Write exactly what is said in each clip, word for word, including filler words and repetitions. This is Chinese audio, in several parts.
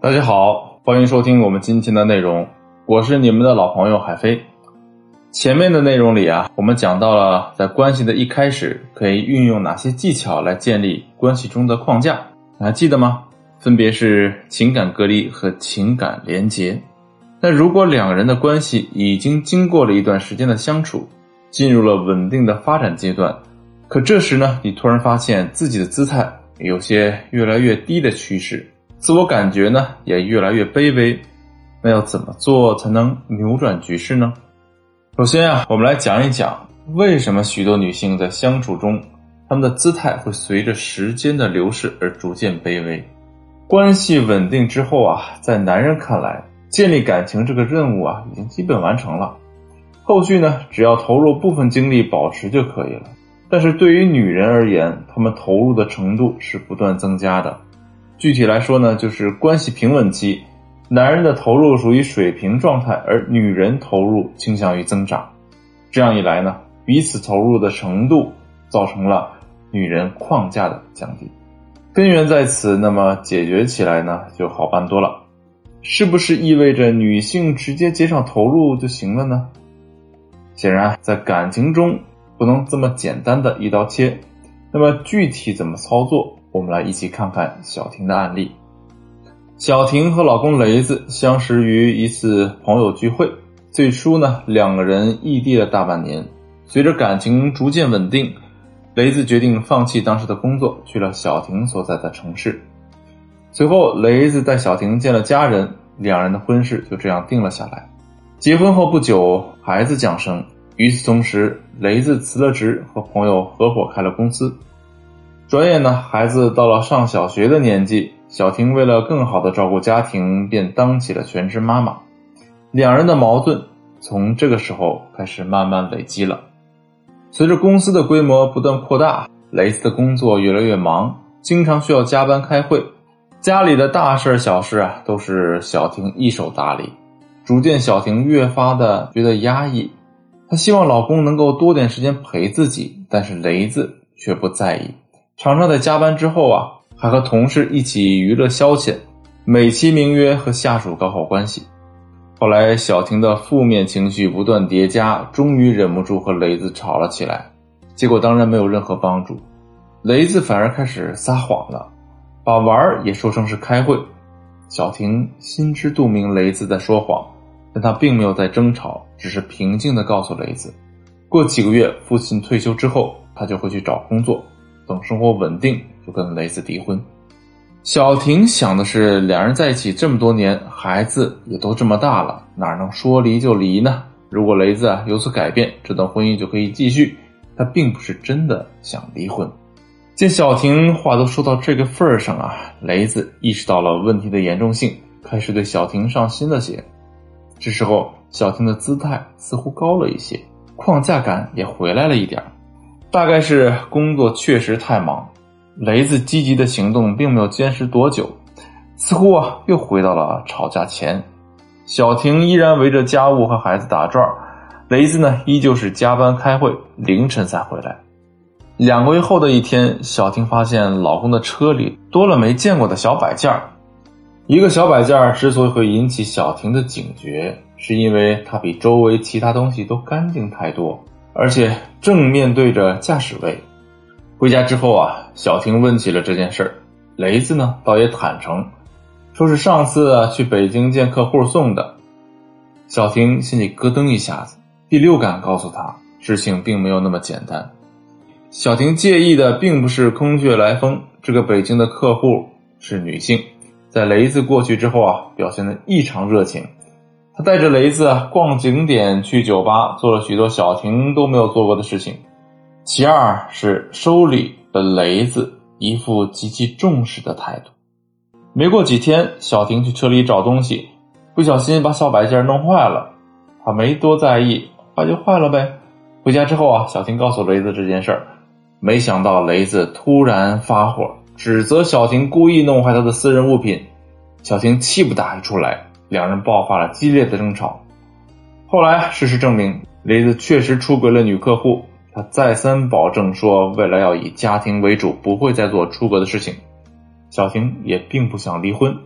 大家好，欢迎收听我们今天的内容，我是你们的老朋友海飞。前面的内容里啊，我们讲到了在关系的一开始可以运用哪些技巧来建立关系中的框架，你还记得吗？分别是情感隔离和情感连结。那如果两个人的关系已经经过了一段时间的相处，进入了稳定的发展阶段，可这时呢，你突然发现自己的姿态有些越来越低的趋势，自我感觉呢也越来越卑微，那要怎么做才能扭转局势呢？首先啊，我们来讲一讲为什么许多女性在相处中，她们的姿态会随着时间的流逝而逐渐卑微。关系稳定之后啊，在男人看来，建立感情这个任务啊已经基本完成了，后续呢只要投入部分精力保持就可以了。但是对于女人而言，她们投入的程度是不断增加的。具体来说呢，就是关系平稳期，男人的投入属于水平状态，而女人投入倾向于增长。这样一来呢，彼此投入的程度造成了女人框架的降低。根源在此，那么解决起来呢就好办多了。是不是意味着女性直接减少投入就行了呢？显然在感情中不能这么简单的一刀切。那么具体怎么操作，我们来一起看看小婷的案例。小婷和老公雷子相识于一次朋友聚会，最初呢，两个人异地了大半年。随着感情逐渐稳定，雷子决定放弃当时的工作，去了小婷所在的城市。随后雷子带小婷见了家人，两人的婚事就这样定了下来。结婚后不久，孩子降生，与此同时，雷子辞了职，和朋友合伙开了公司。转眼呢，孩子到了上小学的年纪，小婷为了更好的照顾家庭，便当起了全职妈妈。两人的矛盾从这个时候开始慢慢累积了。随着公司的规模不断扩大，雷子的工作越来越忙，经常需要加班开会，家里的大事小事啊，都是小婷一手打理。逐渐小婷越发的觉得压抑，她希望老公能够多点时间陪自己，但是雷子却不在意，常常在加班之后啊，还和同事一起娱乐消遣，美其名曰和下属搞好关系。后来小婷的负面情绪不断叠加，终于忍不住和雷子吵了起来，结果当然没有任何帮助，雷子反而开始撒谎了，把玩也说成是开会。小婷心知肚明雷子在说谎，但她并没有在争吵，只是平静地告诉雷子，过几个月父亲退休之后，她就会去找工作，等生活稳定就跟雷子离婚。小婷想的是，两人在一起这么多年，孩子也都这么大了，哪能说离就离呢？如果雷子啊有所改变，这段婚姻就可以继续。她并不是真的想离婚。见小婷话都说到这个份上啊，雷子意识到了问题的严重性，开始对小婷上心了些。这时候小婷的姿态似乎高了一些，框架感也回来了一点。大概是工作确实太忙，雷子积极的行动并没有坚持多久，似乎啊又回到了吵架前。小婷依然围着家务和孩子打转，雷子呢依旧是加班开会，凌晨才回来。两个月后的一天，小婷发现老公的车里多了没见过的小摆件。一个小摆件之所以会引起小婷的警觉，是因为它比周围其他东西都干净太多，而且正面对着驾驶位。回家之后啊，小婷问起了这件事儿，雷子呢倒也坦诚，说是上次啊去北京见客户送的。小婷心里咯噔一下子，第六感告诉她，事情并没有那么简单。小婷介意的并不是空穴来风，这个北京的客户是女性，在雷子过去之后啊，表现得异常热情。她带着雷子逛景点，去酒吧，做了许多小婷都没有做过的事情。其二是收礼的雷子一副极其重视的态度。没过几天，小婷去车里找东西，不小心把小摆件弄坏了，她没多在意，坏就坏了呗。回家之后啊，小婷告诉雷子这件事儿，没想到雷子突然发火，指责小婷故意弄坏他的私人物品。小婷气不打一处来，两人爆发了激烈的争吵。后来事实证明，雷子确实出轨了女客户，他再三保证说未来要以家庭为主，不会再做出格的事情。小婷也并不想离婚，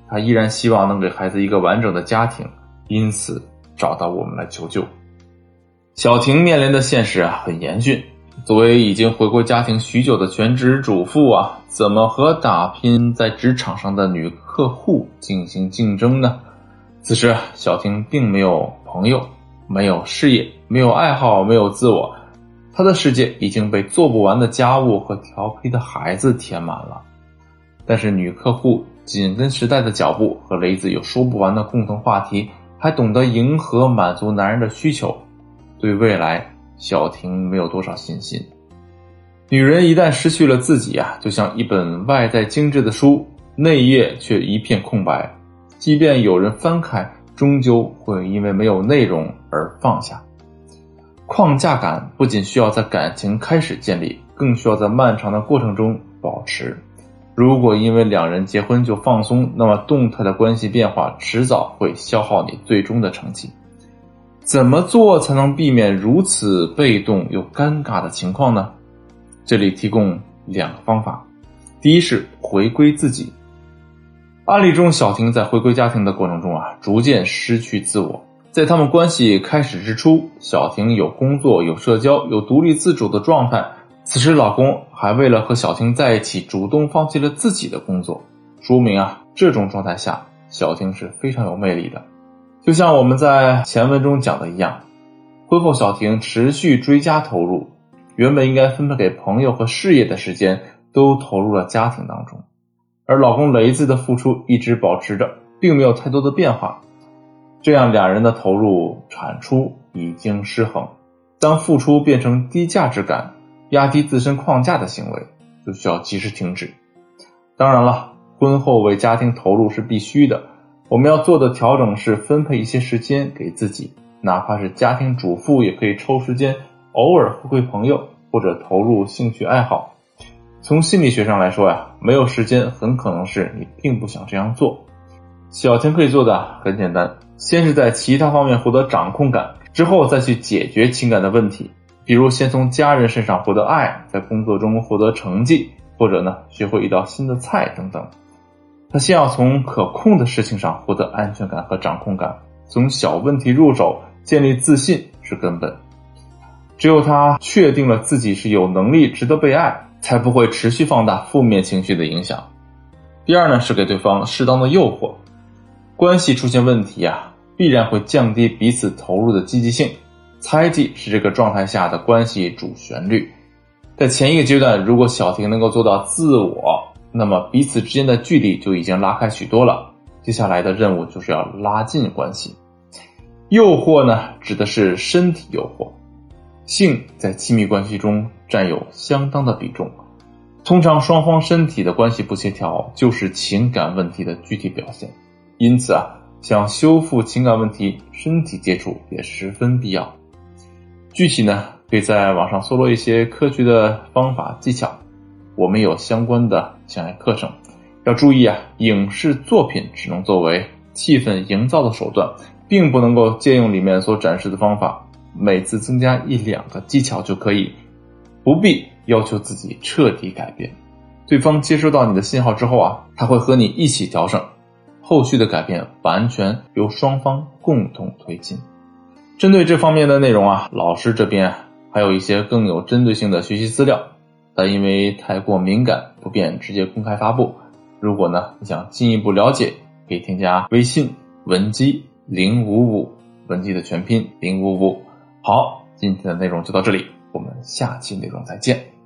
他依然希望能给孩子一个完整的家庭，因此找到我们来求救。小婷面临的现实啊很严峻，作为已经回归家庭许久的全职主妇啊，怎么和打拼在职场上的女客户进行竞争呢？此时小婷并没有朋友，没有事业，没有爱好，没有自我，她的世界已经被做不完的家务和调皮的孩子填满了。但是女客户紧跟时代的脚步，和雷子有说不完的共同话题，还懂得迎合满足男人的需求。对未来，小婷没有多少信心。女人一旦失去了自己啊，就像一本外在精致的书，内页却一片空白，即便有人翻开，终究会因为没有内容而放下。框架感不仅需要在感情开始建立，更需要在漫长的过程中保持。如果因为两人结婚就放松，那么动态的关系变化迟早会消耗你最终的成绩。怎么做才能避免如此被动又尴尬的情况呢？这里提供两个方法。第一是回归自己。案例中，小婷在回归家庭的过程中啊，逐渐失去自我。在他们关系开始之初，小婷有工作，有社交，有独立自主的状态。此时老公还为了和小婷在一起，主动放弃了自己的工作，说明啊，这种状态下，小婷是非常有魅力的。就像我们在前文中讲的一样，婚后小婷持续追加投入，原本应该分配给朋友和事业的时间都投入了家庭当中，而老公雷子的付出一直保持着，并没有太多的变化。这样两人的投入产出已经失衡，当付出变成低价值感，压低自身框架的行为，就需要及时停止。当然了，婚后为家庭投入是必须的，我们要做的调整是分配一些时间给自己，哪怕是家庭主妇也可以抽时间偶尔回馈朋友，或者投入兴趣爱好。从心理学上来说呀，没有时间很可能是你并不想这样做。小婷可以做的很简单，先是在其他方面获得掌控感，之后再去解决情感的问题，比如先从家人身上获得爱，在工作中获得成绩，或者呢学会一道新的菜等等。他先要从可控的事情上获得安全感和掌控感，从小问题入手，建立自信是根本。只有他确定了自己是有能力值得被爱，才不会持续放大负面情绪的影响。第二呢，是给对方适当的诱惑。关系出现问题啊，必然会降低彼此投入的积极性。猜忌是这个状态下的关系主旋律。在前一个阶段，如果小婷能够做到自我，那么彼此之间的距离就已经拉开许多了。接下来的任务就是要拉近关系。诱惑呢，指的是身体诱惑。性在亲密关系中占有相当的比重，通常双方身体的关系不协调，就是情感问题的具体表现。因此啊，想修复情感问题，身体接触也十分必要。具体呢，可以在网上搜罗一些科学的方法技巧，我们有相关的情爱课程。要注意啊，影视作品只能作为气氛营造的手段，并不能够借用里面所展示的方法，每次增加一两个技巧就可以，不必要求自己彻底改变。对方接收到你的信号之后啊，他会和你一起调整，后续的改变完全由双方共同推进。针对这方面的内容啊，老师这边还有一些更有针对性的学习资料，但因为太过敏感，不便直接公开发布。如果呢你想进一步了解，可以添加微信文姬零五五，文姬的全拼零五五。好，今天的内容就到这里，我们下期内容再见。